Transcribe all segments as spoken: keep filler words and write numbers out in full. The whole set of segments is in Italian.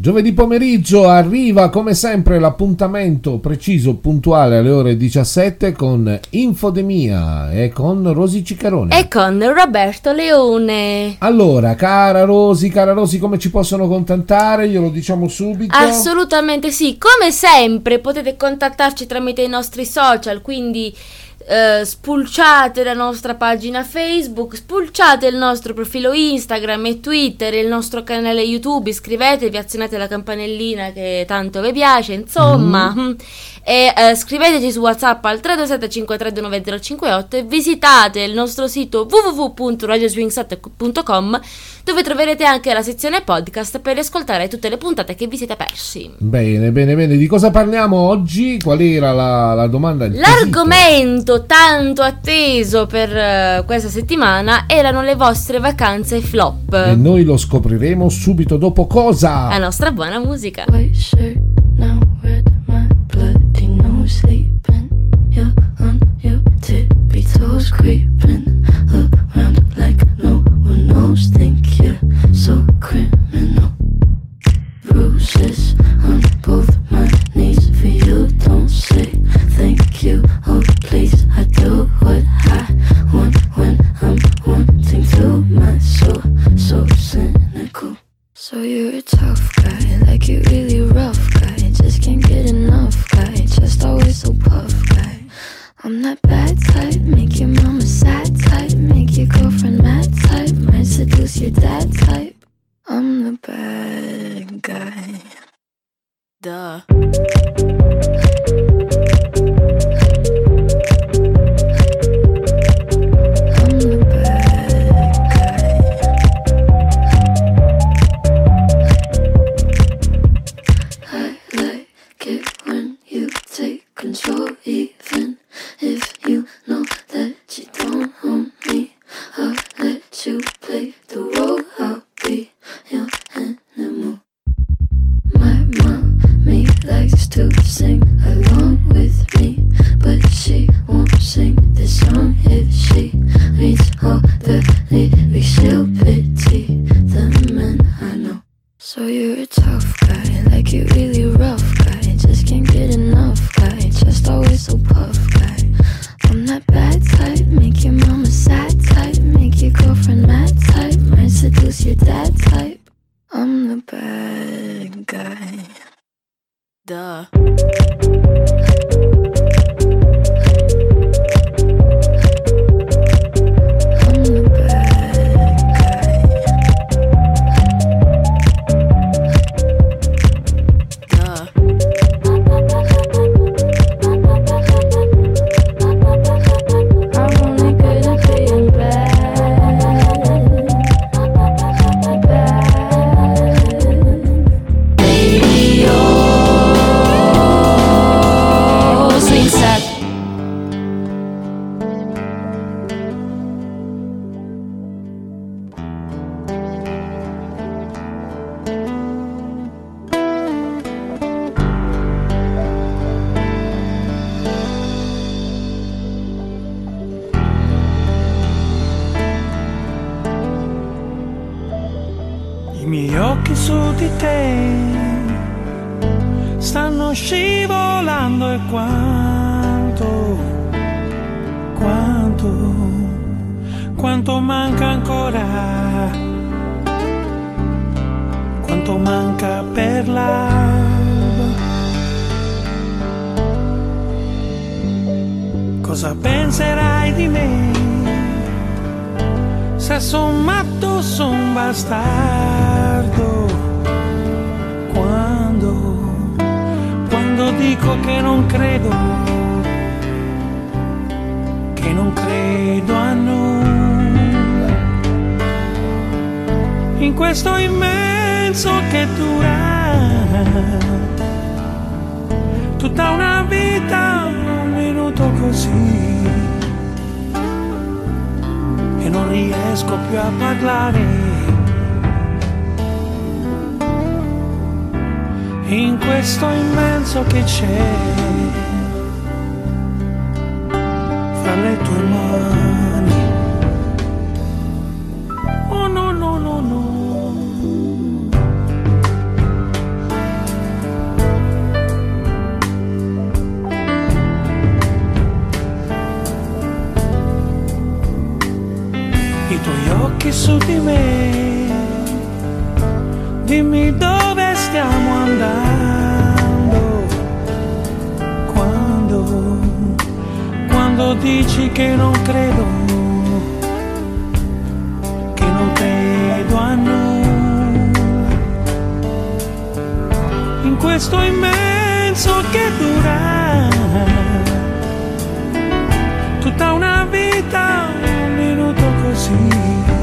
Giovedì pomeriggio arriva come sempre l'appuntamento preciso, puntuale alle ore diciassette con Infodemia e con Rosy Ciccarone e con Roberto Leone. Allora, cara Rosy, cara Rosy, come ci possono contattare? Glielo diciamo subito. Assolutamente sì, come sempre potete contattarci tramite i nostri social, quindi Uh, spulciate la nostra pagina Facebook, spulciate il nostro profilo Instagram e Twitter, il nostro canale YouTube, iscrivetevi, azionate la campanellina che tanto vi piace, insomma, mm. e uh, scriveteci su WhatsApp al tre due sette cinque tre due nove zero cinque otto e visitate il nostro sito w w w punto radio swing set punto com, dove troverete anche la sezione podcast per ascoltare tutte le puntate che vi siete persi. Bene, bene, bene. Di cosa parliamo oggi? Qual era la, la domanda? L'argomento tanto atteso per uh, questa settimana erano le vostre vacanze flop. E noi lo scopriremo subito dopo cosa? La nostra buona musica. Bruises on both my knees for you. Don't say thank you. Oh please, I do what I want when I'm wanting to. My soul so cynical. So you're a tough guy, like you really rough guy. Just can't get enough guy, just always so puff guy. I'm that bad type, make your mama sad type, make your girlfriend mad type, might seduce your dad type. I'm the bad guy. Duh. I'm the bad guy. I like it when you take control, even if you know that you don't own me. I'll let you play the role. I'll be your animal. My mommy likes to sing along with me, but she won't sing this song if she reads all the lyrics. She'll pity the men I know. So you're a tough guy, like you really rough guy. Just can't get enough guy, just always so puff guy. I'm that bad type, make your mama sad type, make your girlfriend mad type, might seduce your dad type. I'm the bad guy. Duh. I'm the bad guy. Duh. I'm only good at being bad. Radio Swing Set. I miei occhi su di te stanno scivolando e quanto, quanto, quanto manca ancora, quanto manca per l'alba. Cosa penserai di me? Se son matto, son bastardo. Quando, quando dico che non credo, che non credo a nulla, in questo immenso che dura tutta una vita, un minuto così. E non riesco più a parlare, in questo immenso che c'è fra le tue mani. Oh no no no no, me, dimmi dove stiamo andando, quando, quando dici che non credo, che non credo a nulla, in questo immenso che dura tutta una vita, un minuto così,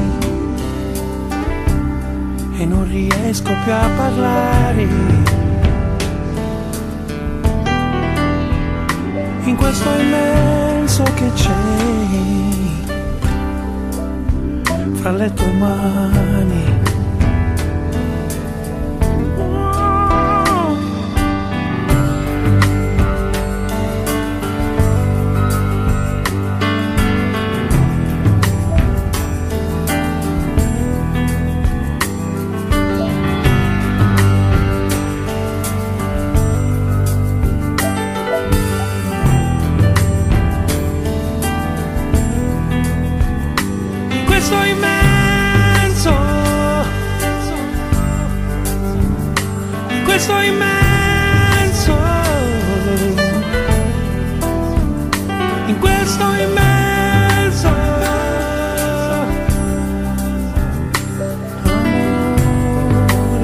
e non riesco più a parlare, in questo immenso che c'è fra le tue mani. Questo immenso, in questo immenso amore.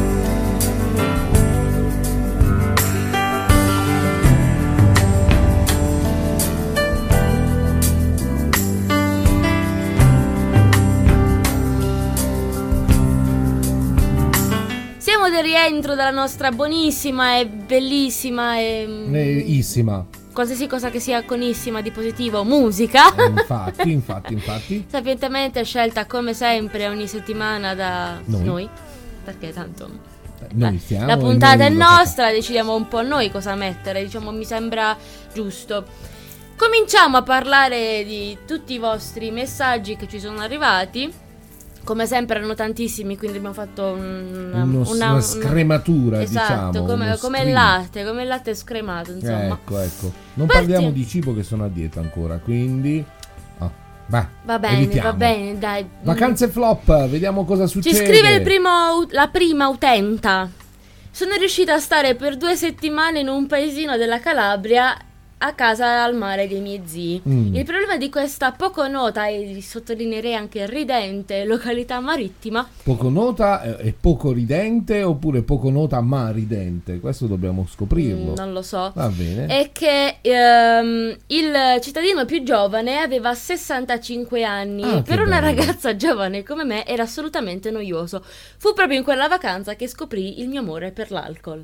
Siamo di rientro dalla nostra buonissima e bellissima e Neissima. qualsiasi cosa che sia conissima di positivo musica. Eh, infatti, infatti, infatti. Sapientemente scelta come sempre ogni settimana da Noi. noi, perché tanto Noi siamo la e puntata noi è lo nostra, decidiamo un po' noi cosa mettere, diciamo, mi sembra giusto. Cominciamo a parlare di tutti i vostri messaggi che ci sono arrivati. Come sempre erano tantissimi, quindi abbiamo fatto una, Uno- una- una scrematura, esatto, diciamo, come, uno come il stream. latte, come il latte scremato, insomma. Ecco, ecco. Non Parti- parliamo di cibo che sono a dieta ancora, quindi ah, vai, Va bene, evitiamo. va bene, dai. Vacanze flop, vediamo cosa Ci succede. scrive il primo, la prima utenta. Sono riuscita a stare per due settimane in un paesino della Calabria a casa al mare dei miei zii. Mm. Il problema di questa poco nota e sottolineerei anche ridente località marittima Poco nota eh, e poco ridente oppure poco nota ma ridente? Questo dobbiamo scoprirlo. mm, non lo so, Va bene. è che ehm, il cittadino più giovane aveva sessantacinque anni. Ah, che Per una bello. ragazza giovane come me era assolutamente noioso. Fu proprio in quella vacanza che scoprì il mio amore per l'alcol.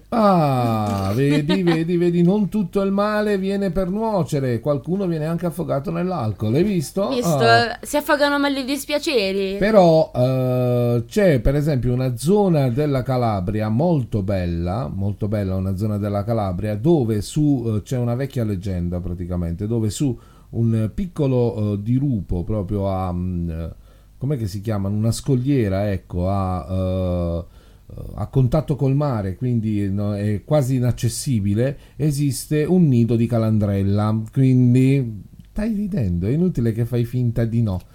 Ah, vedi, vedi, vedi, non tutto il male viene per nuocere, qualcuno viene anche affogato nell'alcol, hai visto? Visto, Ah. si affogano meglio i dispiaceri. Però eh, c'è per esempio una zona della Calabria molto bella, molto bella una zona della Calabria dove su eh, c'è una vecchia leggenda praticamente, dove su un piccolo eh, dirupo proprio a mh, com'è che si chiama? Una scogliera, ecco, a eh, a contatto col mare, quindi no, è quasi inaccessibile, esiste un nido di calandrella, quindi stai ridendo, è inutile che fai finta di no.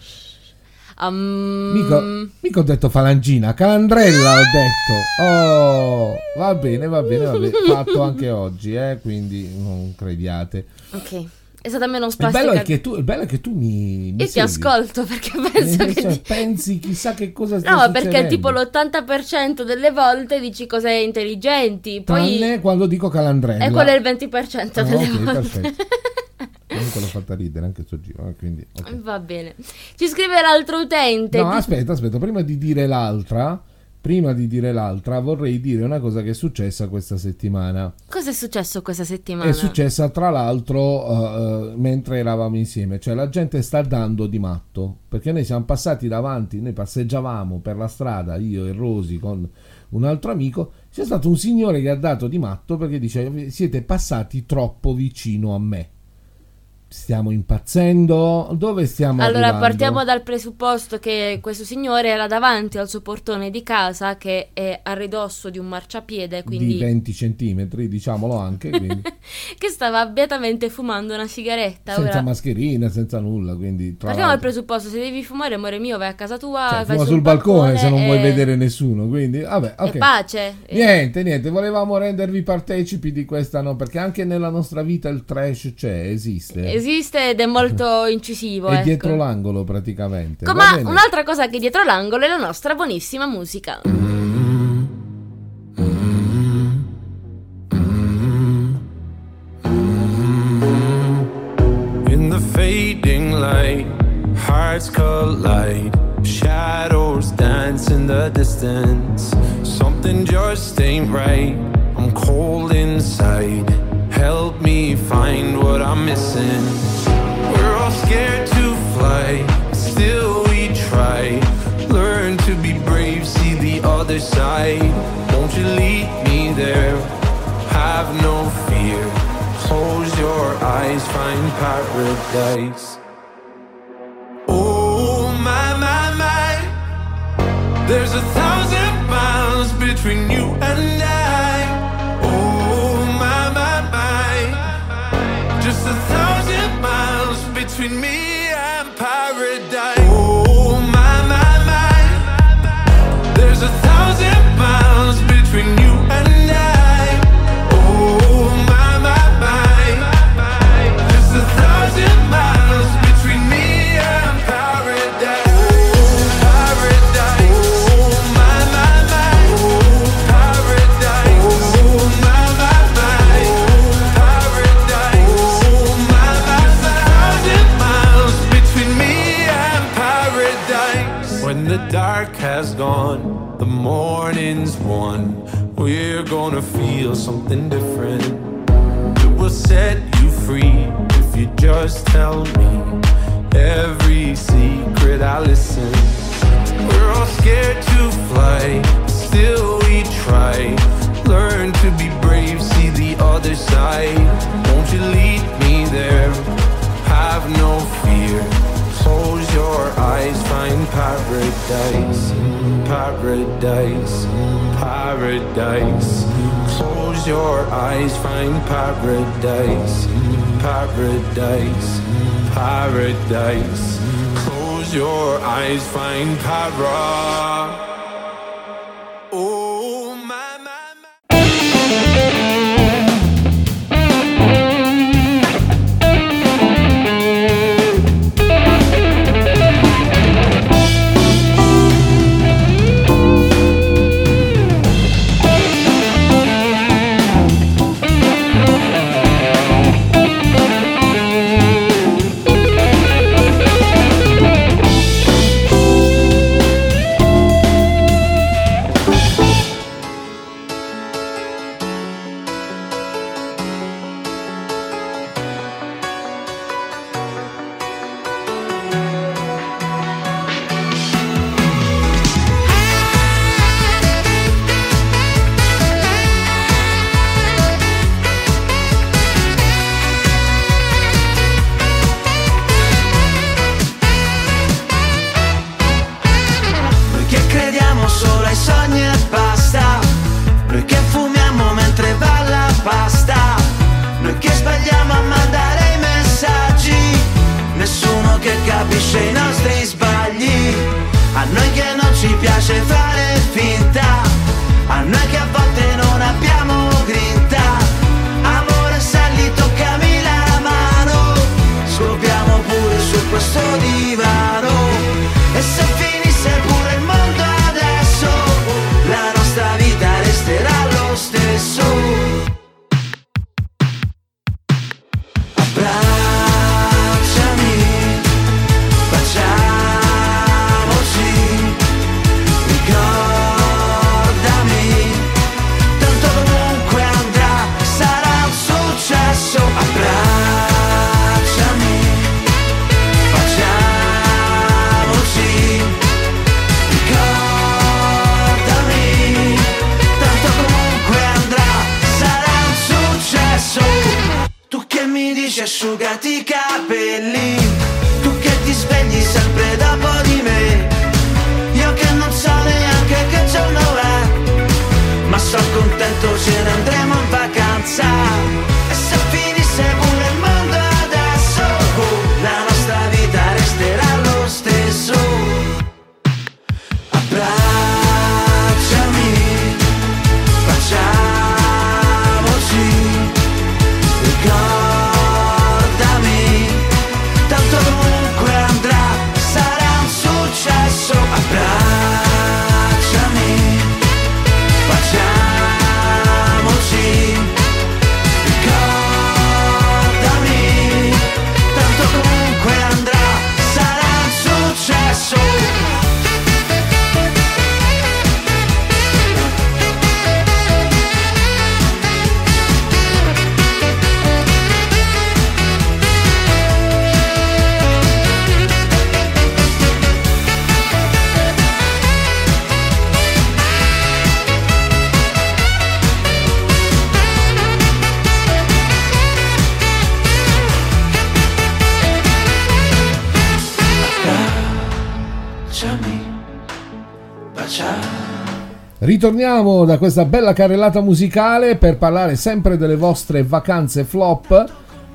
Um, Mica, mica ho detto falangina, calandrella ho detto. Oh, va bene, va bene, va bene. Fatto anche oggi, eh, quindi non crediate. Ok, è stata meno Il spastica. bello è che tu, il bello è che tu mi, mi Io ti segui. ascolto perché penso Eh, che cioè, ti- pensi chissà che cosa stia No, perché succedendo. tipo l'ottanta per cento delle volte dici cose intelligenti, poi Tranne quando dico calandrella. e quello è il venti per cento Ah, delle ok, volte. perfetto. Comunque l'ho fatta ridere anche sto giro, eh, quindi ok. Va bene. Ci scrive l'altro utente. No, di- aspetta, aspetta, prima di dire l'altra, prima di dire l'altra, vorrei dire una cosa che è successa questa settimana. Cosa è successo questa settimana? È successa tra l'altro uh, uh, mentre eravamo insieme, cioè la gente sta dando di matto, perché noi siamo passati davanti, noi passeggiavamo per la strada, io e Rosy con un altro amico, c'è stato un signore che ha dato di matto perché dice siete passati troppo vicino a me. Stiamo impazzendo? Dove stiamo Allora, arrivando? partiamo dal presupposto che questo signore era davanti al suo portone di casa, che è a ridosso di un marciapiede, quindi di venti centimetri, diciamolo anche, quindi. che stava beatamente fumando una sigaretta. Senza Ora, mascherina, senza nulla, quindi tra partiamo dal l'altro- presupposto: se devi fumare, amore mio, vai a casa tua, cioè, vai fuma sul, sul balcone, se non e- vuoi vedere nessuno, quindi vabbè, e ok. pace. E- Niente, niente, volevamo rendervi partecipi di questa, no? Perché anche nella nostra vita il trash c'è, esiste. Esiste ed è molto incisivo. È ecco. dietro l'angolo praticamente. Co- Va Ma bene. un'altra cosa che è dietro l'angolo è la nostra buonissima musica. In the fading light, hearts collide. Shadows dance in the distance. Something just ain't right. I'm cold inside. Help me find what I'm missing. We're all scared to fly, still we try. Learn to be brave, see the other side. Won't you lead me there? Have no fear. Close your eyes, find paradise. Oh my, my, my. There's a thousand miles between you and I. Oh my, my, my. Just a thousand miles between me and paradise. Oh my, my, my. There's a thousand miles between you and I. Oh my, my, my. Just a thousand miles between me and paradise. Oh, paradise. Oh my, my, my. Oh, paradise. Oh my, my, my. Oh, paradise. Oh my, my, my. Thousand miles between me and paradise. When the dark has gone, the morning's won. We're gonna feel something different. It will set you free if you just tell me every secret I listen. We're all scared to fly, still we try. Learn to be brave, see the other side. Won't you lead me there? Have no fear. Close your eyes, find paradise. Paradise, paradise. Close your eyes, find paradise. Paradise, paradise. Close your eyes, find para. Oh my, my, my. Noi che crediamo solo ai sogni e basta. Noi che fumiamo mentre va la pasta. Noi che sbagliamo a mandare i messaggi. Nessuno che capisce i nostri sbagli. A noi che non ci piace fare finta. A noi che a volte non abbiamo grinta. Amore, sali, toccami la mano. Scopriamo pure su questo divano. E se finisse pure il mondo adesso, la nostra vita resterà lo stesso. Abbracciami, baciamoci, ricorda luce, asciugati i capelli. Tu che ti svegli sempre dopo di me, io che non so neanche che giorno è, ma sono contento, ce ne andremo in vacanza. E se finisse pure il mondo adesso, oh, la nostra vita resterà lo stesso. Abbracciami, baciamoci, ricordami, tanto comunque andrà, sarà un successo. Abbracciami, baciamoci, ricordami, tanto comunque andrà, sarà un successo. Ritorniamo da questa bella carrellata musicale per parlare sempre delle vostre vacanze flop,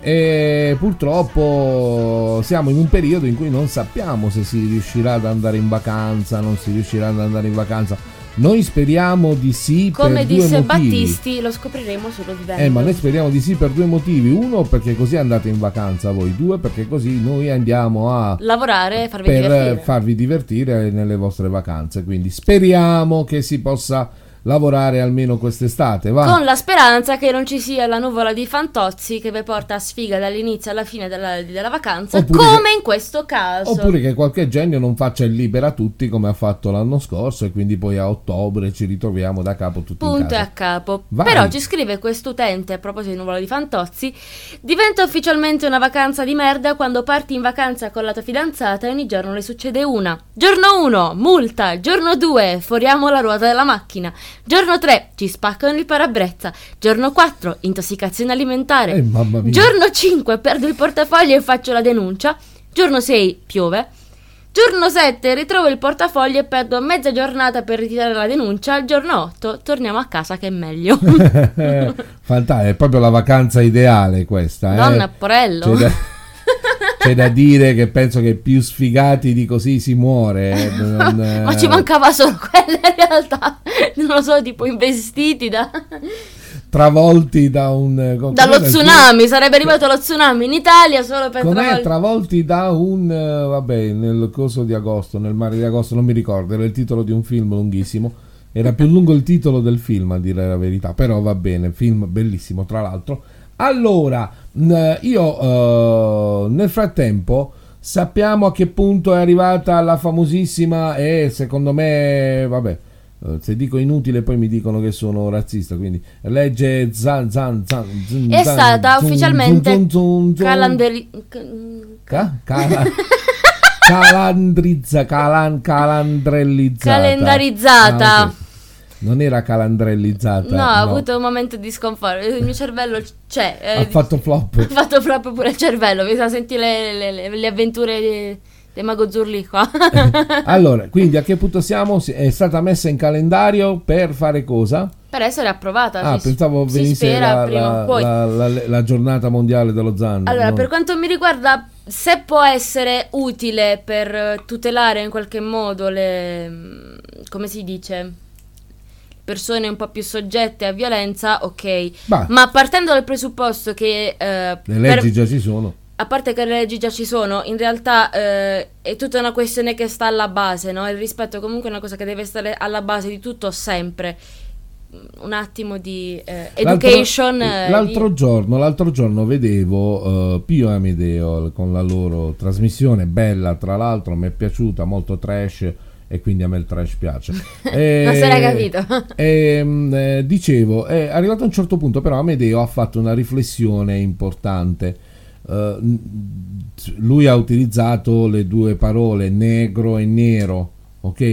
e purtroppo siamo in un periodo in cui non sappiamo se si riuscirà ad andare in vacanza, non si riuscirà ad andare in vacanza. Noi speriamo di sì. Come per due disse motivi. Battisti, lo scopriremo solo vivendo. Eh, ma noi speriamo di sì per due motivi. Uno, perché così andate in vacanza voi. Due, perché così noi andiamo a lavorare e farvi per divertire. farvi divertire nelle vostre vacanze. Quindi speriamo che si possa lavorare almeno quest'estate, va? Con la speranza che non ci sia la nuvola di Fantozzi che vi porta a sfiga dall'inizio alla fine della, della vacanza, Oppure come che- in questo caso. Oppure che qualche genio non faccia il libera tutti come ha fatto l'anno scorso, e quindi poi a ottobre ci ritroviamo da capo tutti in Punto e casa. a capo. Vai. Però ci scrive quest'utente a proposito di nuvola di Fantozzi: diventa ufficialmente una vacanza di merda quando parti in vacanza con la tua fidanzata e ogni giorno le succede una. Giorno uno, multa. Giorno due, foriamo la ruota della macchina. Giorno tre, ci spaccano il parabrezza. Giorno quattro, intossicazione alimentare. Eh, mamma mia. Giorno cinque, perdo il portafoglio e faccio la denuncia. Giorno sei, piove. Giorno sette, ritrovo il portafoglio e perdo mezza giornata per ritirare la denuncia. Giorno otto, torniamo a casa che è meglio. Fantastico, è proprio la vacanza ideale questa, eh? Donna Porello. C'è da, c'è da dire che penso che più sfigati di così si muore, eh, non, eh, Ma ci mancava solo quella in realtà. Non lo so, tipo investiti da... travolti da un co- dallo com'era il tsunami. Sarebbe arrivato lo tsunami in Italia solo per film? Com'è? travolti. Travolti da un eh, vabbè, nel corso di agosto, nel mare di agosto, non mi ricordo, era il titolo di un film lunghissimo. Era più lungo il titolo del film, a dire la verità, però va bene, film bellissimo tra l'altro. Allora, mh, io eh, nel frattempo sappiamo a che punto è arrivata la famosissima, e secondo me, vabbè, eh, se dico inutile poi mi dicono che sono razzista, quindi legge zan zan zan zun, È zan, stata zun, ufficialmente zun, zun, zun. calanderi... Ca- cala- calandrizza calan- calandrellizzata calendarizzata. Ah, ok. Non era calandrellizzata, No, ha no. avuto un momento di sconforto. Il mio cervello c'è. eh, Ha fatto flop. Ha fatto proprio pure il cervello. Mi sa sentire le, le, le avventure di, di Mago Zurli qua. Allora, quindi a che punto siamo? Si- È stata messa in calendario per fare cosa? Per essere approvata. Ah, si, pensavo si venisse spera la, prima la- o poi. la- la- la giornata mondiale dello zanno. Allora, no? per quanto mi riguarda, se può essere utile per eh, tutelare in qualche modo le, mm, come si dice, persone un po' più soggette a violenza, ok. Bah. Ma partendo dal presupposto che eh, Le leggi per- già ci sono. a parte che le leggi già ci sono, in realtà eh, è tutta una questione che sta alla base, no? Il rispetto comunque è una cosa che deve stare alla base di tutto sempre. Un attimo di eh, education. L'altro, eh, l'altro di- giorno, l'altro giorno vedevo uh, Pio e Amedeo con la loro trasmissione, bella tra l'altro, mi è piaciuta, molto trash, e quindi a me il trash piace. E, Non si era capito. E, mh, eh, dicevo, è arrivato a un certo punto, però Amedeo ha fatto una riflessione importante. Uh, lui ha utilizzato le due parole negro e nero, ok?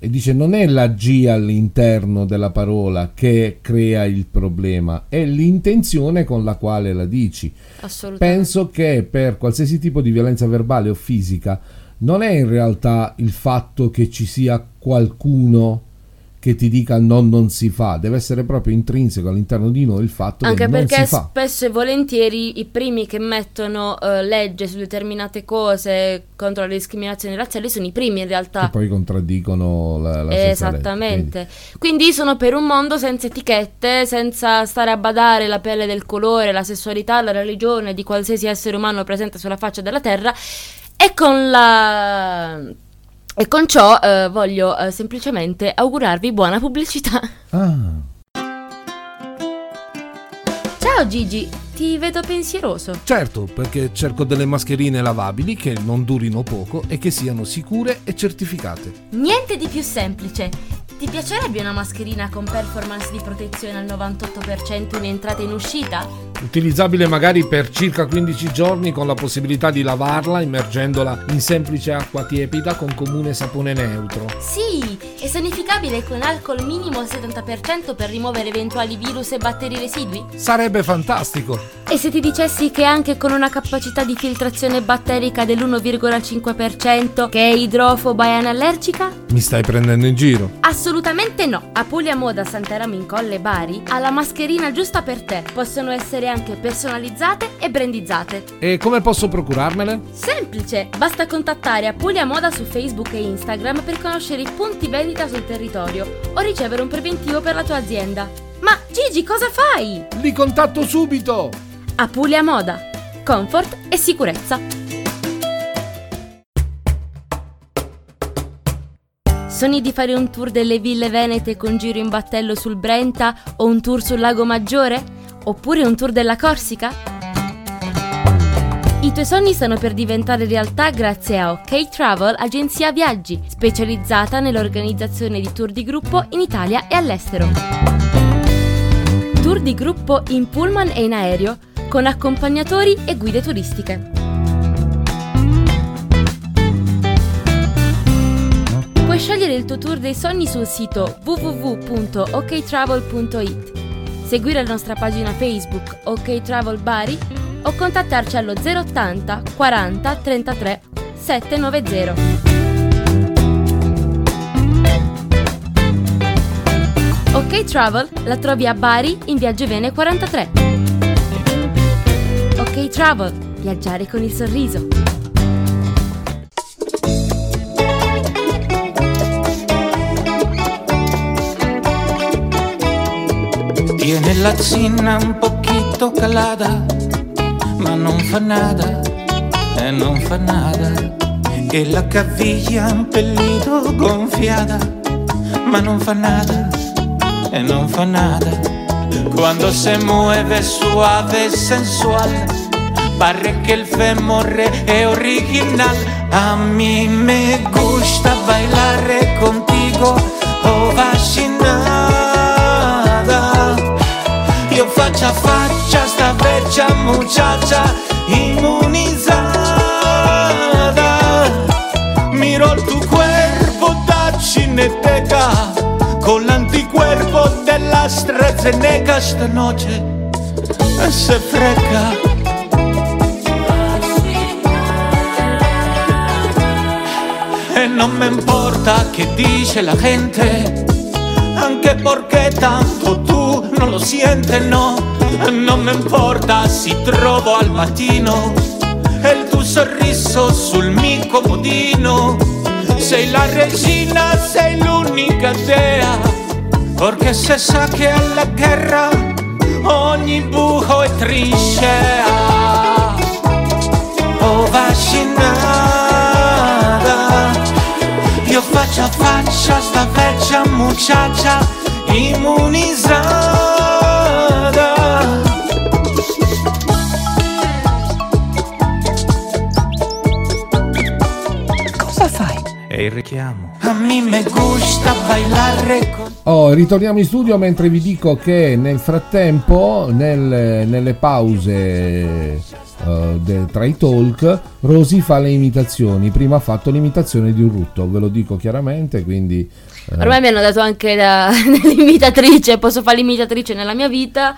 e dice non è la G all'interno della parola che crea il problema, è l'intenzione con la quale la dici. Assolutamente. Penso che per qualsiasi tipo di violenza verbale o fisica non è in realtà il fatto che ci sia qualcuno che ti dica no, non si fa, deve essere proprio intrinseco all'interno di noi il fatto anche che non si perché fa. spesso e volentieri i primi che mettono uh, legge su determinate cose contro la discriminazione razziale sono i primi in realtà, che poi contraddicono la, la stessa esattamente legge. Quindi. Quindi sono per un mondo senza etichette, senza stare a badare la pelle del colore, la sessualità, la religione di qualsiasi essere umano presente sulla faccia della terra, e con la E con ciò eh, voglio eh, semplicemente augurarvi buona pubblicità. Ah. Ciao Gigi, ti vedo pensieroso. Certo, perché cerco delle mascherine lavabili che non durino poco e che siano sicure e certificate. Niente di più semplice. Ti piacerebbe una mascherina con performance di protezione al novantotto per cento in entrata e in uscita? Utilizzabile magari per circa quindici giorni con la possibilità di lavarla immergendola in semplice acqua tiepida con comune sapone neutro. Sì, e sanificabile con alcol minimo al settanta per cento per rimuovere eventuali virus e batteri residui? Sarebbe fantastico! E se ti dicessi che anche con una capacità di filtrazione batterica dell'uno virgola cinque per cento che è idrofoba e anallergica? Mi stai prendendo in giro? Assolutamente no! Apulia Moda Santeramo in Colle Bari ha la mascherina giusta per te. Possono essere anche personalizzate e brandizzate. E come posso procurarmele? Semplice! Basta contattare Apulia Moda su Facebook e Instagram per conoscere i punti vendita sul territorio o ricevere un preventivo per la tua azienda. Ma Gigi, cosa fai? Li contatto subito! Apulia Moda, comfort e sicurezza. Sogni di fare un tour delle ville venete con giro in battello sul Brenta o un tour sul Lago Maggiore? Oppure un tour della Corsica? I tuoi sogni stanno per diventare realtà grazie a OK Travel, agenzia viaggi, specializzata nell'organizzazione di tour di gruppo in Italia e all'estero. Tour di gruppo in pullman e in aereo, con accompagnatori e guide turistiche. Puoi scegliere il tuo tour dei sogni sul sito w w w punto o k travel punto i t, seguire la nostra pagina Facebook OK Travel Bari o contattarci allo zero ottanta quaranta trentatré settecentonovanta. OK Travel la trovi a Bari in via Gevene quarantatré. OK Travel, viaggiare con il sorriso. Tiene la zinna un poquito calada, ma non fa nada, e non fa nada. E la caviglia un pelito gonfiada, ma non fa nada, e non fa nada. Cuando se mueve suave e sensual, pare que el femore è original. A mí me gusta bailar contigo, oh fascinada. Io faccia a faccia sta vecchia muchacha inmunizada. Miro tu cuerpo da cineteca con l'anticuerpo della AstraZeneca. Esta noche se freca. E non me importa che dice la gente, anche perché tanto tu non lo sientes, no. Non me importa si trovo al mattino e il tuo sorriso sul mio comodino. Sei la regina, sei l'unica dea, perché se sa che alla guerra ogni buco è trincea. Oh fascinata, io faccio a faccia sta vecchia muchacha immunizzata. Cosa fai? E il richiamo. A me me gusta bailare con Oh, ritorniamo in studio mentre vi dico che nel frattempo, nel, nelle pause uh, de, tra i talk, Rosy fa le imitazioni. Prima ha fatto l'imitazione di un rutto, ve lo dico chiaramente, quindi... Uh, Ormai mi hanno dato anche da, l'imitatrice, posso fare l'imitatrice nella mia vita.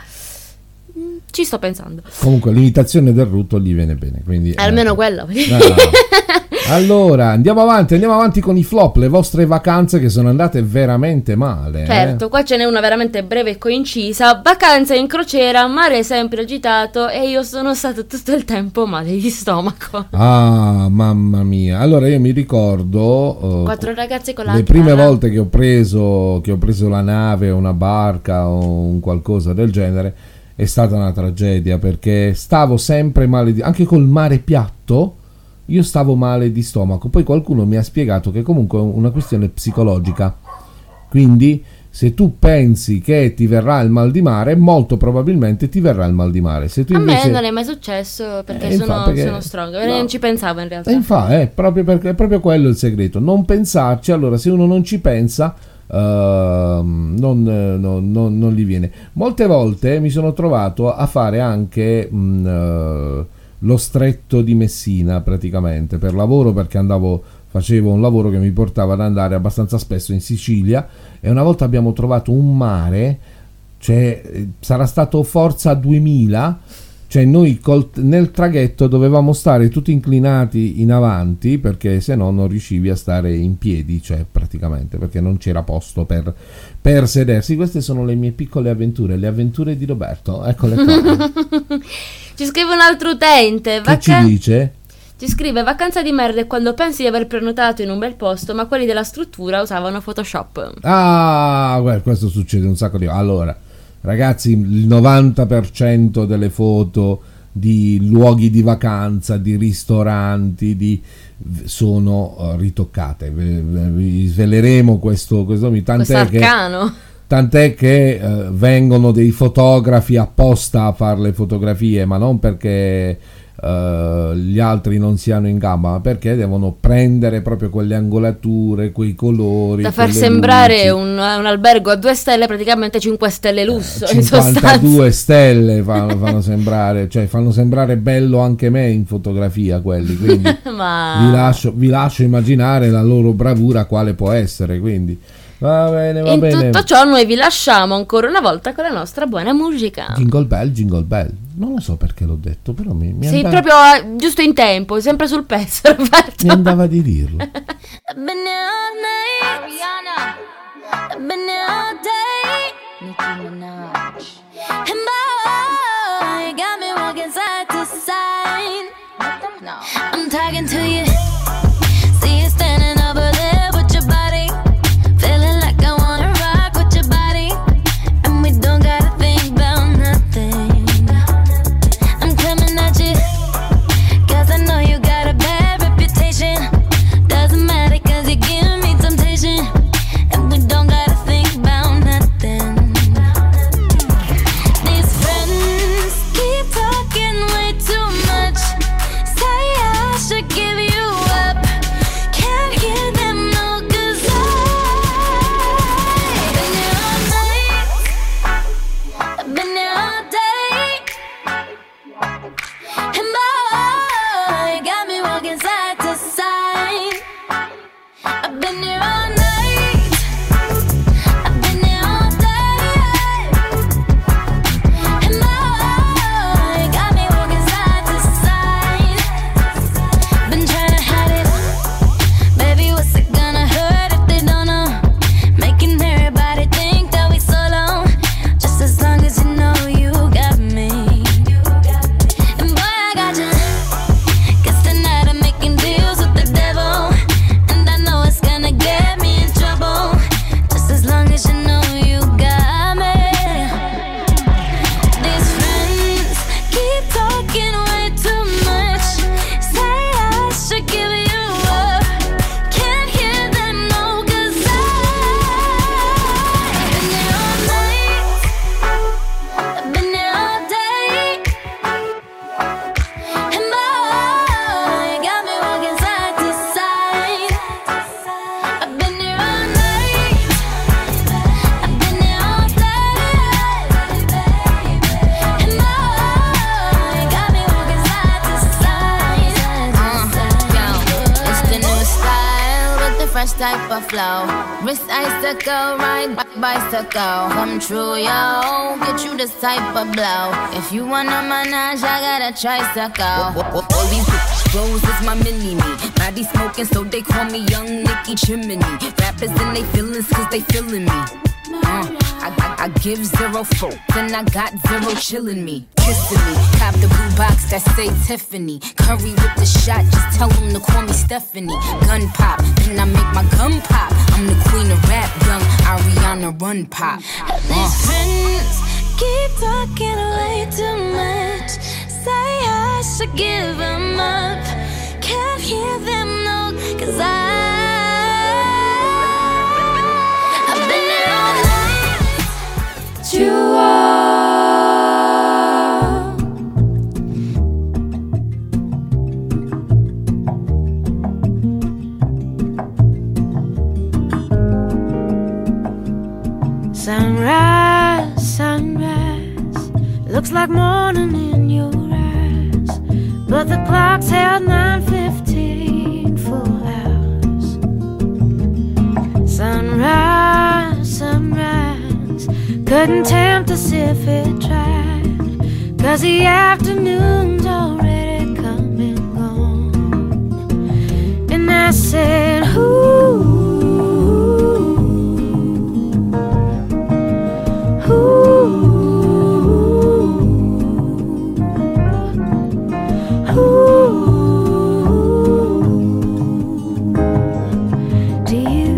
Ci sto pensando. Comunque l'imitazione del rutto gli viene bene, quindi... Almeno eh, quello. no. Allora, andiamo avanti, andiamo avanti con i flop, le vostre vacanze che sono andate veramente male. Certo, eh? qua ce n'è una veramente breve e coincisa. Vacanze in crociera, mare sempre agitato e io sono stato tutto il tempo male di stomaco. Ah, mamma mia. Allora io mi ricordo uh, Quattro ragazzi con la le prime chitarra. volte che ho preso che ho preso la nave, una barca o un qualcosa del genere, è stata una tragedia perché stavo sempre male di, anche col mare piatto. Io stavo male di stomaco, poi qualcuno mi ha spiegato che comunque è una questione psicologica, quindi se tu pensi che ti verrà il mal di mare, molto probabilmente ti verrà il mal di mare. Se tu A invece... me non è mai successo perché, Eh, sono, infatti, perché- sono strong, no. non ci pensavo in realtà. E infatti è proprio, perché, è proprio quello il segreto, non pensarci. Allora se uno non ci pensa, uh, non, non, non, non gli viene. Molte volte mi sono trovato a fare anche... Mh, uh, lo stretto di Messina praticamente per lavoro, perché andavo facevo un lavoro che mi portava ad andare abbastanza spesso in Sicilia, e una volta abbiamo trovato un mare, cioè sarà stato forza duemila, cioè noi col, nel traghetto dovevamo stare tutti inclinati in avanti perché se no non riuscivi a stare in piedi, cioè praticamente perché non c'era posto per, per sedersi. Queste sono le mie piccole avventure, le avventure di Roberto, eccole qua. Ci scrive un altro utente. Che ci vaca- dice? Ci scrive: vacanza di merda è quando pensi di aver prenotato in un bel posto, ma quelli della struttura usavano Photoshop. Ah, guarda, questo succede un sacco di... Allora, ragazzi, il novanta per cento delle foto di luoghi di vacanza, di ristoranti, di... sono uh, ritoccate. Vi, vi sveleremo questo, questo tant'è Questo che, arcano. tant'è che uh, vengono dei fotografi apposta a fare le fotografie, ma non perché uh, gli altri non siano in gamba, ma perché devono prendere proprio quelle angolature, quei colori, Da far quelle sembrare luci. un, un albergo a due stelle, praticamente cinque stelle lusso. In sostanza. cinquantadue stelle fanno, fanno sembrare, cioè fanno sembrare bello anche me in fotografia quelli, quindi Ma vi lascio, vi lascio immaginare la loro bravura quale può essere, quindi va bene, va in bene. tutto ciò noi vi lasciamo ancora una volta con la nostra buona musica. Jingle bell, jingle bell, non lo so perché l'ho detto, però mi, mi, Sei andava, proprio eh, giusto in tempo, sempre sul pezzo, Roberto. mi andava di dirlo. I've been here all night. Rihanna. I've been here all day. Nicki Minaj. And boy, you got me walking side to side. No. I'm talking to you. See you standing over there with your body. Feeling like I wanna rock with your body. And we don't gotta think about nothing. I'm coming at you. Cause I know you got a bad reputation. Doesn't matter cause you give me temptation. And we don't gotta think about nothing. type of flow. Wrist icicle, ride bicycle. Come true, yo. Get you this type of blow. If you wanna manage, I got a tricycle. All these bros is my mini me. Body smoking, so they call me Young Nicky Chimney. Rappers in they feelings, cause they feeling me. Uh, I, I, I give zero fuck, then I got zero chillin' me, kissing me. Cop the blue box that say Tiffany. Curry with the shot, just tell them to call me Stephanie. Gun pop, then I make my gun pop. I'm the queen of rap, young Ariana Run Pop. Uh. These friends keep talking way too much. Say I should give them up. Can't hear them no, cause I you are. Sunrise, sunrise, looks like morning in your eyes, but the clock's held nine fifteen full hours. Sunrise, sunrise, couldn't tempt us if it tried, 'cause the afternoon's already come and gone. And I said, ooh, ooh, ooh, do you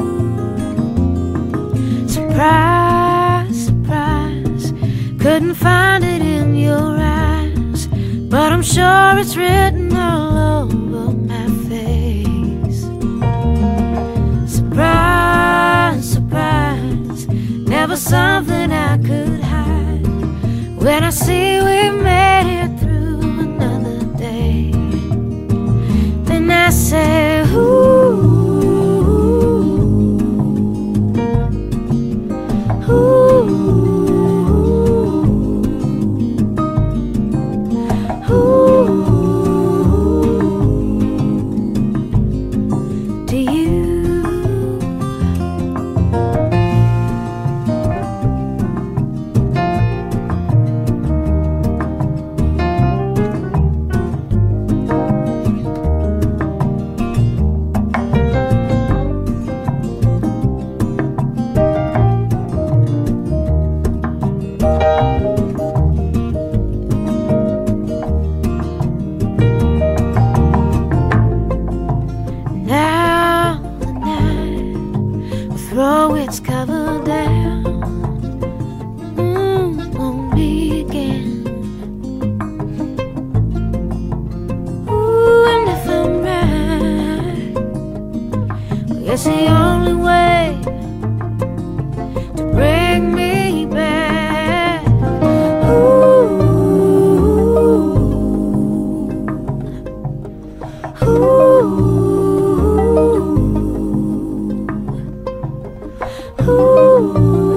surprise? Couldn't find it in your eyes, but I'm sure it's written all over my face. Surprise, surprise, never something I could hide. When I see we made it through another day, then I say, ooh, ooh. It's the only way to bring me back. Ooh, ooh, ooh,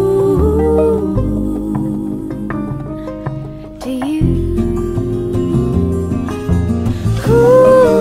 do you? Ooh.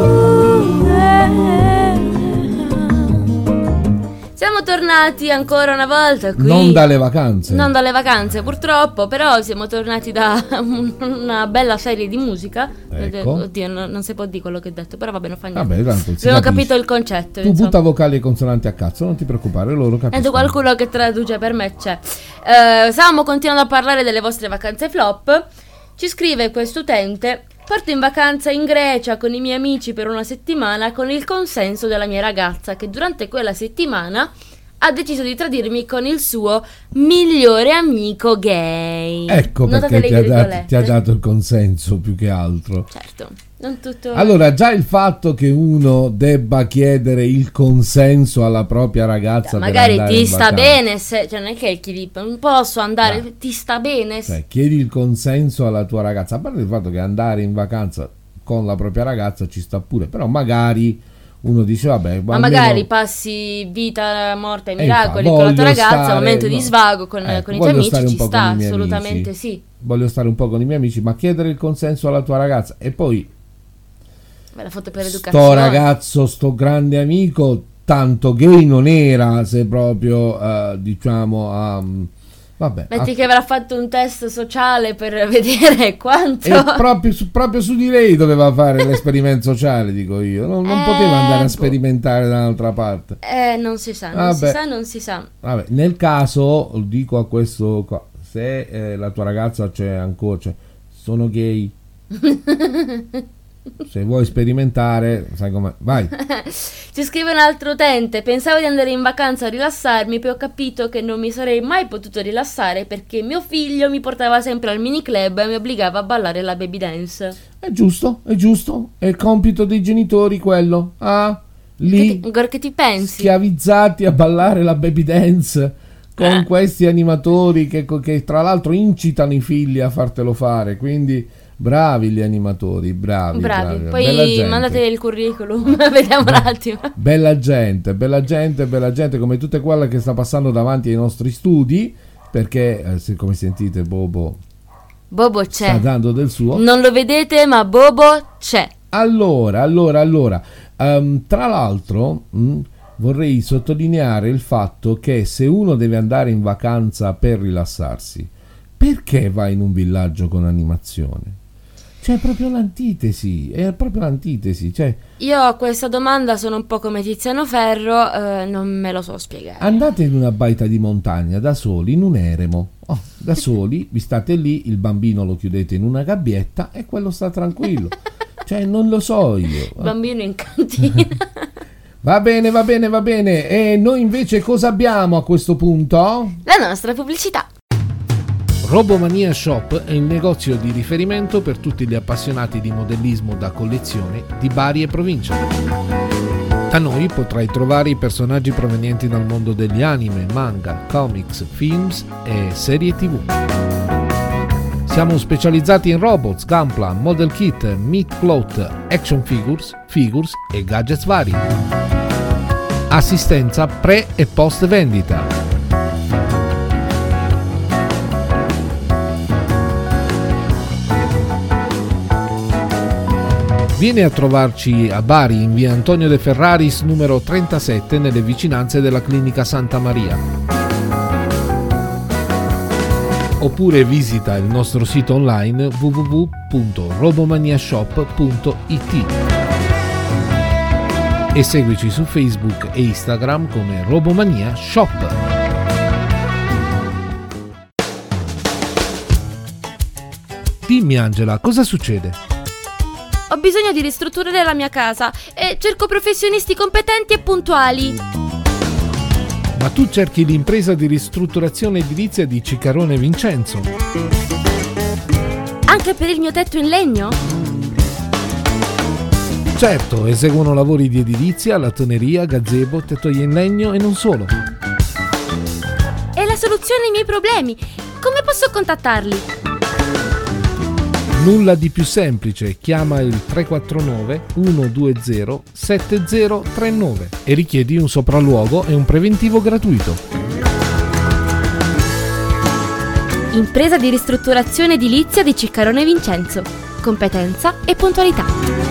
Siamo tornati ancora una volta qui. Non dalle vacanze. Non dalle vacanze purtroppo, però siamo tornati da una bella serie di musica. Ecco. Oddio, no, non si può dire quello che ho detto, però vabbè, non fa niente. Vabbè, tanto si Abbiamo capisce. capito il concetto. Tu insomma. butta vocali e consonanti a cazzo, non ti preoccupare, loro capiscono. Ed qualcuno che traduce per me c'è. Eh, stavamo continuando a parlare delle vostre vacanze flop. Ci scrive questo utente: parto in vacanza in Grecia con i miei amici per una settimana con il consenso della mia ragazza, che durante quella settimana ha deciso di tradirmi con il suo migliore amico gay. Ecco Notate perché le ti ha, dato, virgolette. ti ha dato il consenso più che altro. Certo, non tutto. Allora, già il fatto che uno debba chiedere il consenso alla propria ragazza per magari andare ti in sta vacanza. bene, se, cioè non è che chiedi, non posso andare, No. ti sta bene. se- Cioè, chiedi il consenso alla tua ragazza, a parte il fatto che andare in vacanza con la propria ragazza ci sta pure, però magari uno dice vabbè, Ma almeno- magari passi vita, morte ai Eh, miracoli infatti, con la tua voglio ragazza, stare- momento di no. svago con, Ecco, con i tuoi voglio stare amici, un ci po' con sta, i miei assolutamente amici. sì. voglio stare un po' con i miei amici, ma chiedere il consenso alla tua ragazza e poi Beh, la foto per sto educazione. ragazzo, sto grande amico tanto gay non era, se proprio uh, diciamo um, vabbè. Metti a... che avrà fatto un test sociale per vedere quanto. E proprio su, proprio su di lei doveva fare l'esperimento sociale, dico io. Non, non eh, poteva andare a boh. sperimentare da un'altra parte. Eh, non si sa, non Vabbè. si sa, non si sa. Vabbè, nel caso, dico a questo, se eh, la tua ragazza c'è ancora, cioè, sono gay. Se vuoi sperimentare, sai com'è. Vai. Ci scrive un altro utente: pensavo di andare in vacanza a rilassarmi, poi ho capito che non mi sarei mai potuto rilassare perché mio figlio mi portava sempre al mini club e mi obbligava a ballare la baby dance. È giusto, è giusto, è il compito dei genitori quello. Ah, lì Che ti, che ti pensi? schiavizzati a ballare la baby dance con eh. questi animatori che, che tra l'altro incitano i figli a fartelo fare, quindi bravi gli animatori, bravi, bravi. bravi. Poi mandate il curriculum, vediamo un attimo. Bella gente, bella gente, bella gente, come tutte quelle che sta passando davanti ai nostri studi, perché eh, se, come sentite Bobo Bobo c'è, sta dando del suo. Non lo vedete, ma Bobo c'è. Allora, allora, allora, um, tra l'altro mh, vorrei sottolineare il fatto che se uno deve andare in vacanza per rilassarsi, perché va in un villaggio con animazione? Cioè, è proprio l'antitesi, è proprio l'antitesi. Cioè, io a questa domanda sono un po' come Tiziano Ferro, eh, non me lo so spiegare. Andate in una baita di montagna da soli, in un eremo, oh, da soli, vi state lì, il bambino lo chiudete in una gabbietta e quello sta tranquillo. Cioè, non lo so io. Il bambino in cantina. Va bene, va bene, va bene. E noi invece cosa abbiamo a questo punto? La nostra pubblicità. Robomania Shop è il negozio di riferimento per tutti gli appassionati di modellismo da collezione di Bari e provincia. Da noi potrai trovare i personaggi provenienti dal mondo degli anime, manga, comics, films e serie tv. Siamo specializzati in robots, gunpla, model kit, meat cloth, action figures, figures e gadgets vari. Assistenza pre e post vendita. Vieni a trovarci a Bari in via Antonio De Ferraris numero trentasette nelle vicinanze della clinica Santa Maria. Oppure visita il nostro sito online w w w punto robomaniashop punto i t e seguici su Facebook e Instagram come Robomania Shop. Dimmi Angela, cosa succede? Ho bisogno di ristrutturare la mia casa e cerco professionisti competenti e puntuali. Ma tu cerchi l'impresa di ristrutturazione edilizia di Ciccarone Vincenzo. Anche per il mio tetto in legno? Certo, eseguono lavori di edilizia, lattoneria, gazebo, tettoie in legno e non solo. È la soluzione ai miei problemi. Come posso contattarli? Nulla di più semplice, chiama il tre quattro nove uno due zero sette zero tre nove e richiedi un sopralluogo e un preventivo gratuito. Impresa di ristrutturazione edilizia di Ciccarone Vincenzo. Competenza e puntualità.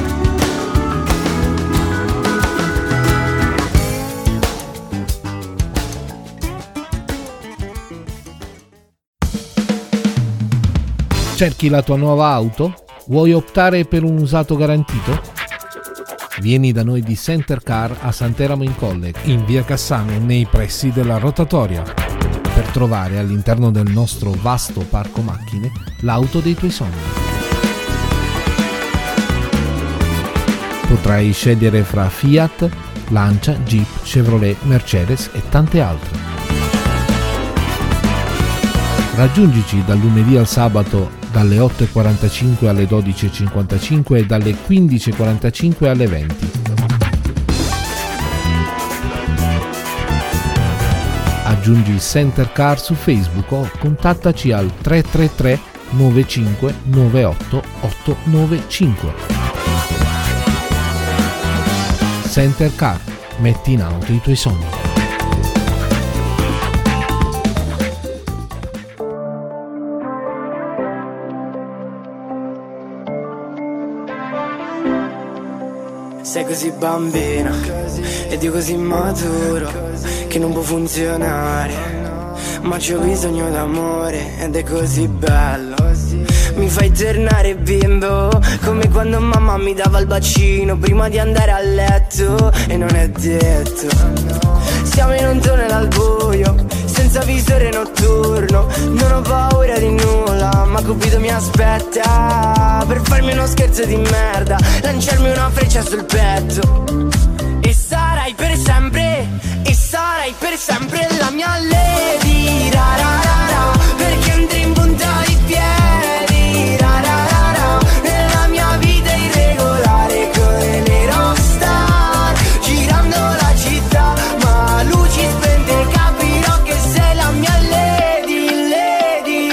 Cerchi la tua nuova auto? Vuoi optare per un usato garantito? Vieni da noi di Center Car a Sant'Eramo in Colle, in via Cassano, nei pressi della rotatoria, per trovare all'interno del nostro vasto parco macchine l'auto dei tuoi sogni. Potrai scegliere fra Fiat, Lancia, Jeep, Chevrolet, Mercedes e tante altre. Raggiungici dal lunedì al sabato dalle otto e quarantacinque alle dodici e cinquantacinque e dalle quindici e quarantacinque alle venti. Aggiungi Center Car su Facebook o contattaci al tre tre tre nove cinque nove otto otto nove cinque. Center Car, metti in auto i tuoi sogni. Sei così bambina ed io così maturo che non può funzionare, ma c'ho bisogno d'amore ed è così bello. Mi fai tornare bimbo, come quando mamma mi dava il bacino prima di andare a letto. E non è detto, siamo in un tunnel al buio, senza visore notturno. Non ho paura di nulla, ma Cupido mi aspetta per farmi uno scherzo di merda, lanciarmi una freccia sul petto. E sarai per sempre, e sarai per sempre la mia lady, ra ra ra ra, perché andrei in punta di piedi, ra ra ra ra, nella mia vita irregolare come le rockstar, girando la città, ma luci spente capirò che sei la mia lady, lady,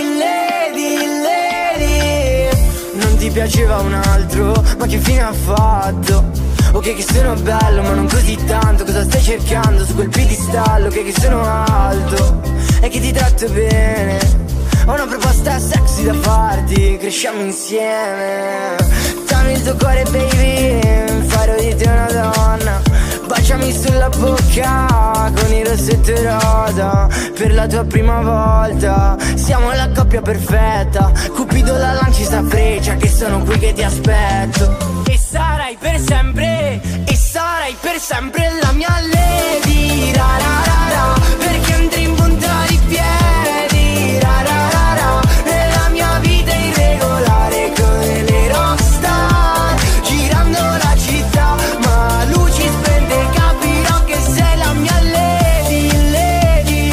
lady, lady. Non ti piaceva un altro, ma che fine ha fatto? Ok che sono bello ma non così tanto, cosa stai cercando su quel piedistallo? Ok che sono alto e che ti tratto bene, ho una proposta sexy da farti, cresciamo insieme. Dammi il tuo cuore baby, farò di te una donna, baciami sulla bocca con il rossetto rosa, per la tua prima volta. Siamo la coppia perfetta, Cupido la lanci sta freccia, che sono qui che ti aspetto. E sarai per sempre, e sarai per sempre la mia lady, ra ra ra ra, perché andrei in punta di piedi, ra ra ra ra, nella mia vita irregolare come le rockstar, girando la città, ma luci spente capirò che sei la mia lady, lady,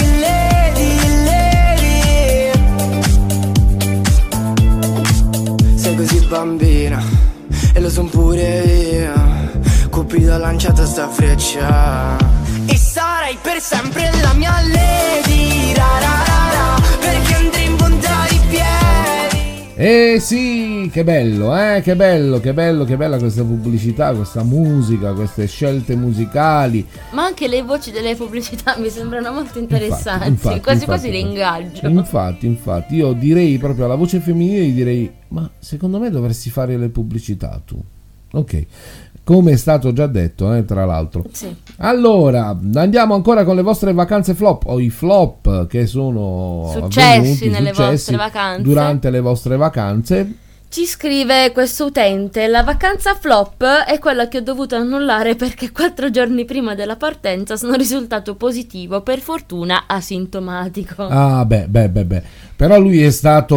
lady, lady. Sei così bambina e lo son pure io, Cupido ha lanciato sta freccia. E sarai per sempre la mia lady, ra ra ra ra, perché andrei in punta di piedi. Eh sì, che bello, eh, che bello, che bello, che bella questa pubblicità, questa musica, queste scelte musicali. Ma anche le voci delle pubblicità mi sembrano molto interessanti, infatti, infatti, quasi infatti, quasi le ingaggio. Infatti, infatti, io direi proprio alla voce femminile, direi, ma secondo me dovresti fare le pubblicità tu. Ok, come è stato già detto, eh, tra l'altro. Sì. Allora, andiamo ancora con le vostre vacanze flop o i flop che sono successi avvenuti, nelle successi vostre vacanze. Durante le vostre vacanze. Ci scrive questo utente: la vacanza flop è quella che ho dovuto annullare perché quattro giorni prima della partenza sono risultato positivo, per fortuna asintomatico. Ah beh, beh, beh, beh. Però lui è stato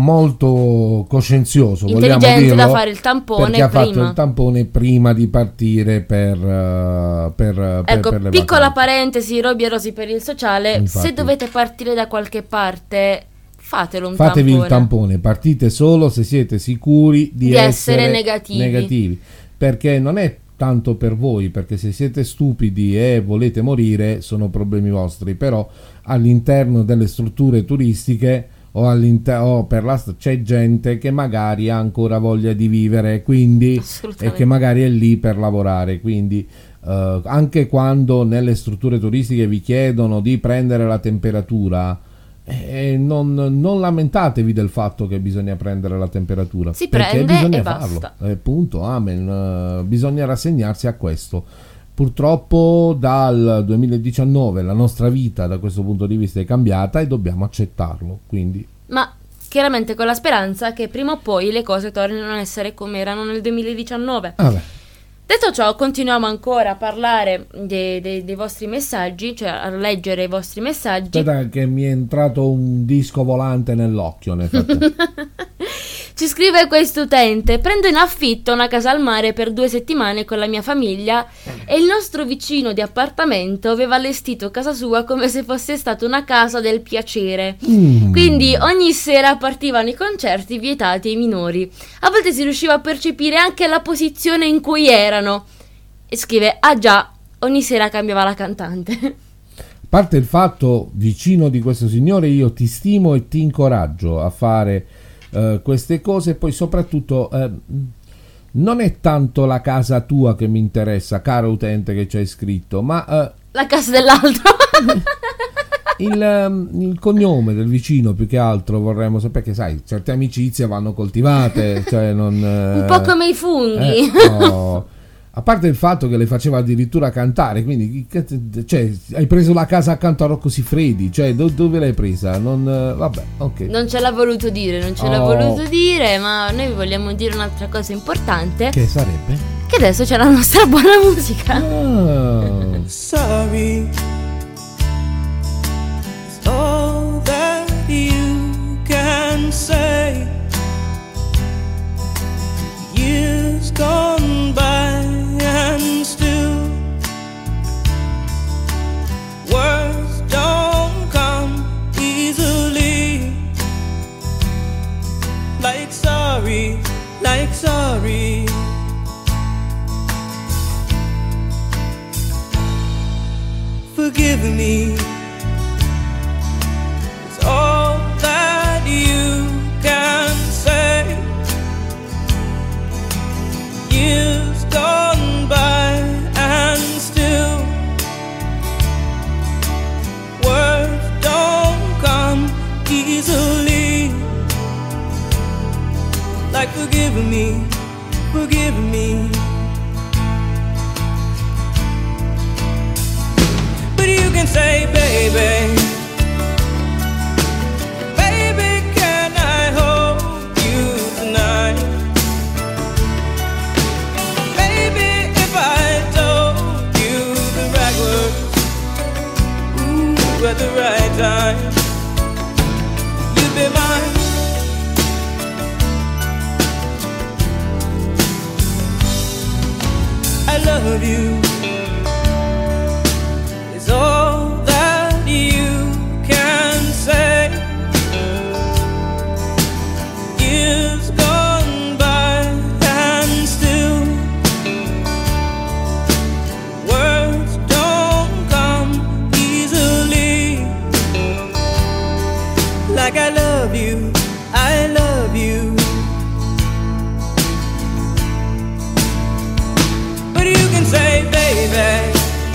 molto coscienzioso, intelligente, vogliamo dirlo, da fare il tampone perché ha prima. fatto il tampone prima di partire per, uh, per, per, ecco, per le piccola vacanze. parentesi, Roby e Rosy per il sociale. Infatti. Se dovete partire da qualche parte, fatelo un fatevi tampone. il tampone, partite solo se siete sicuri di, Di essere, essere negativi. negativi, perché non è tanto per voi, perché se siete stupidi e volete morire sono problemi vostri, però all'interno delle strutture turistiche o, all'inter- o per la st- c'è gente che magari ha ancora voglia di vivere, quindi, e che magari è lì per lavorare, quindi uh, anche quando nelle strutture turistiche vi chiedono di prendere la temperatura, Eh, non, non lamentatevi del fatto che bisogna prendere la temperatura, si perché prende bisogna e farlo, basta. eh, punto, amen. Uh, bisogna rassegnarsi a questo. Purtroppo dal duemiladiciannove la nostra vita da questo punto di vista è cambiata e dobbiamo accettarlo, quindi. Ma chiaramente con la speranza che prima o poi le cose tornino a essere come erano nel duemiladiciannove. Ah beh. Detto ciò, continuiamo ancora a parlare dei, dei, dei vostri messaggi, cioè a leggere i vostri messaggi. Aspetta che mi è entrato un disco volante nell'occhio nel frattempo. Ci scrive questo utente: prendo in affitto una casa al mare per due settimane con la mia famiglia e il nostro vicino di appartamento aveva allestito casa sua come se fosse stata una casa del piacere. Mm. Quindi ogni sera partivano i concerti vietati ai minori. A volte si riusciva a percepire anche la posizione in cui erano. E scrive: ah già, ogni sera cambiava la cantante. A parte il fatto, vicino di questo signore, io ti stimo e ti incoraggio a fare Uh, queste cose. Poi soprattutto uh, non è tanto la casa tua che mi interessa, caro utente che ci hai scritto, ma uh, la casa dell'altro. il, um, il cognome del vicino, più che altro vorremmo sapere, che sai, certe amicizie vanno coltivate, cioè non, uh, un po' come i funghi. eh, oh, A parte il fatto che le faceva addirittura cantare, quindi cioè, hai preso la casa accanto a Rocco Siffredi, cioè do, dove l'hai presa? Non, vabbè, ok. Non ce l'ha voluto dire, non ce oh. l'ha voluto dire, ma noi vi vogliamo dire un'altra cosa importante. Che sarebbe? Che adesso c'è la nostra buona musica. Oh. Sorry, it's all that you can say. Years gone by and still words don't come easily. Like sorry, like sorry. Forgive me, it's all that you can say. Years gone by and still words don't come easily. Like forgive me, forgive me. But you can say, baby, baby, can I hold you tonight? At the right time, you'd be mine. I love you, it's all that you can say. Years gone by and still words don't come easily. Like I love you, I love you. But you can say, baby,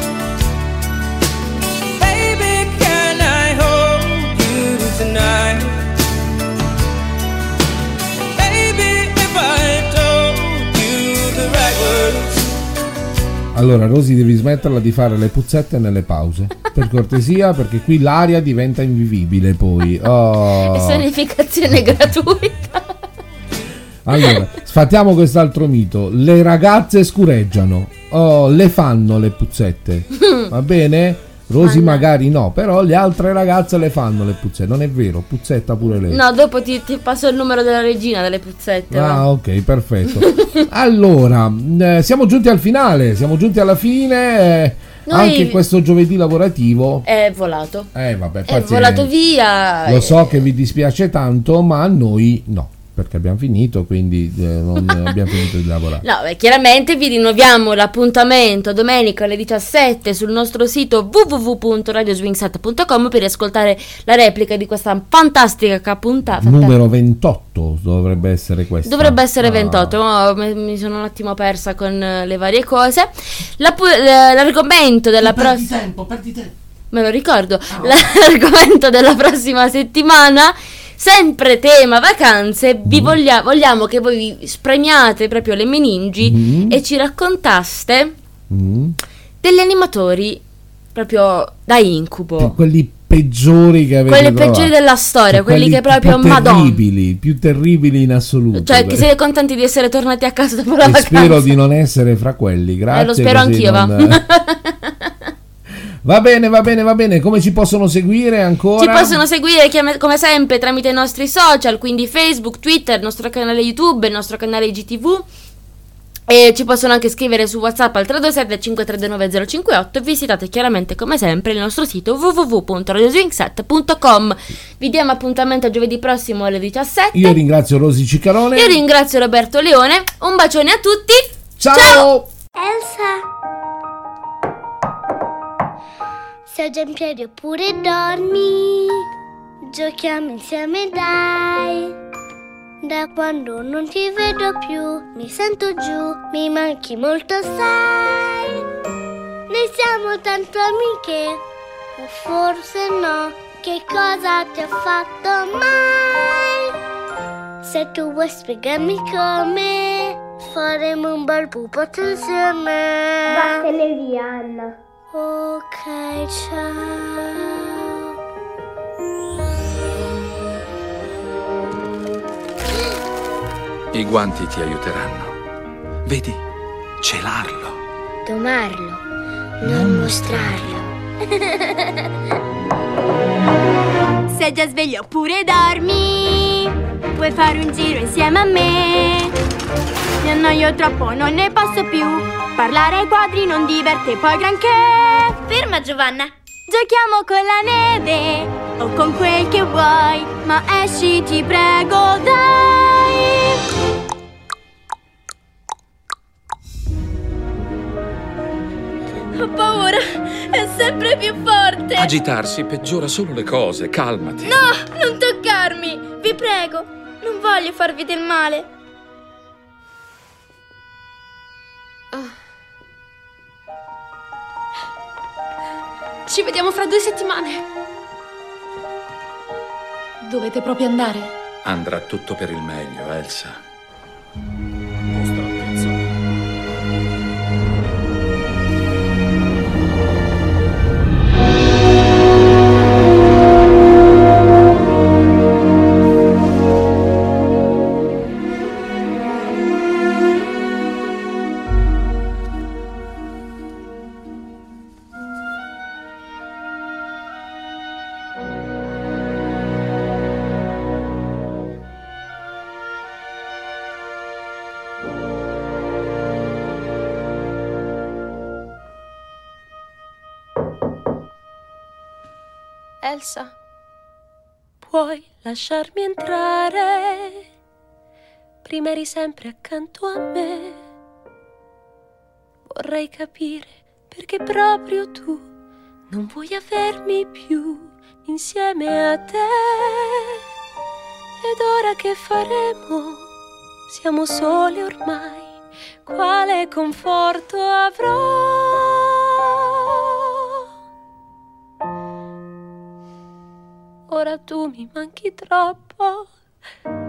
baby, can I hold you tonight? Baby, if I told you the right words. Allora, Rosy, devi smetterla di fare le puzzette nelle pause, per cortesia, perché qui l'aria diventa invivibile poi. Oh. E sanificazione gratuita. Allora, sfattiamo quest'altro mito. Le ragazze scureggiano. Oh, le fanno le puzzette. Va bene? Rosy Anna. Magari no, però le altre ragazze le fanno le puzzette. Non è vero, puzzetta pure lei. No, dopo ti, ti passo il numero della regina delle puzzette. Ah, va? Ok, perfetto. Allora, eh, siamo giunti al finale, siamo giunti alla fine. Eh, Noi... Anche questo giovedì lavorativo è volato. Eh, vabbè, è volato via. Lo so che vi dispiace tanto, ma a noi no. Perché abbiamo finito, quindi eh, non abbiamo finito di lavorare. No, beh, chiaramente vi rinnoviamo l'appuntamento domenica alle diciassette sul nostro sito w w w punto radio swing set punto com per ascoltare la replica di questa fantastica puntata. Numero ventotto dovrebbe essere questa. Dovrebbe essere ah. ventotto, oh, mi sono un attimo persa con le varie cose. La, l'argomento della prossima... Perdi tempo, perdi tempo. Me lo ricordo. Ah. L'argomento della prossima settimana... Sempre tema vacanze, vi mm. voglia, vogliamo che voi vi spremiate proprio le meningi mm. e ci raccontaste mm. degli animatori proprio da incubo. Quelli peggiori che avete Quelli trovato. peggiori della storia, cioè, quelli che proprio più madonna. terribili, più terribili in assoluto. Cioè che siete contenti di essere tornati a casa dopo la e vacanza. Spero di non essere fra quelli, grazie. Eh, lo spero anch'io, non... va. Va bene, va bene, va bene. Come ci possono seguire ancora? Ci possono seguire come sempre tramite i nostri social, quindi Facebook, Twitter, il nostro canale YouTube, il nostro canale I G T V. E ci possono anche scrivere su WhatsApp al tre due sette cinque tre due nove zero cinque otto e visitate chiaramente come sempre il nostro sito w w w punto radio swing set punto com. Vi diamo appuntamento a giovedì prossimo alle diciassette. Io ringrazio Rosy Ciccarone. Io ringrazio Roberto Leone. Un bacione a tutti. Ciao, Ciao. Elsa, sei già in piedi oppure dormi? Giochiamo insieme, dai. Da quando non ti vedo più mi sento giù, mi manchi molto, sai. Noi siamo tanto amiche, o forse no. Che cosa ti ho fatto mai? Se tu vuoi spiegarmi come faremo un bel pupazzo insieme. Vattene via, Anna. Ok, ciao. I guanti ti aiuteranno. Vedi, celarlo. Domarlo, non mostrarlo. Sei già sveglio oppure dormi? Vuoi fare un giro insieme a me? Mi annoio troppo, non ne posso più. Parlare ai quadri non diverte poi granché. Ferma, Giovanna. Giochiamo con la neve o con quel che vuoi, ma esci, ti prego, dai. Ho paura, è sempre più forte. Agitarsi peggiora solo le cose, calmati. No, non toccarmi, vi prego. Non voglio farvi del male. Oh. Ci vediamo fra due settimane. Dovete proprio andare? Andrà tutto per il meglio, Elsa. Elsa, puoi lasciarmi entrare? Prima eri sempre accanto a me. Vorrei capire perché proprio tu non vuoi avermi più insieme a te. Ed ora che faremo? Siamo sole ormai. Quale conforto avrò? Ora tu mi manchi troppo.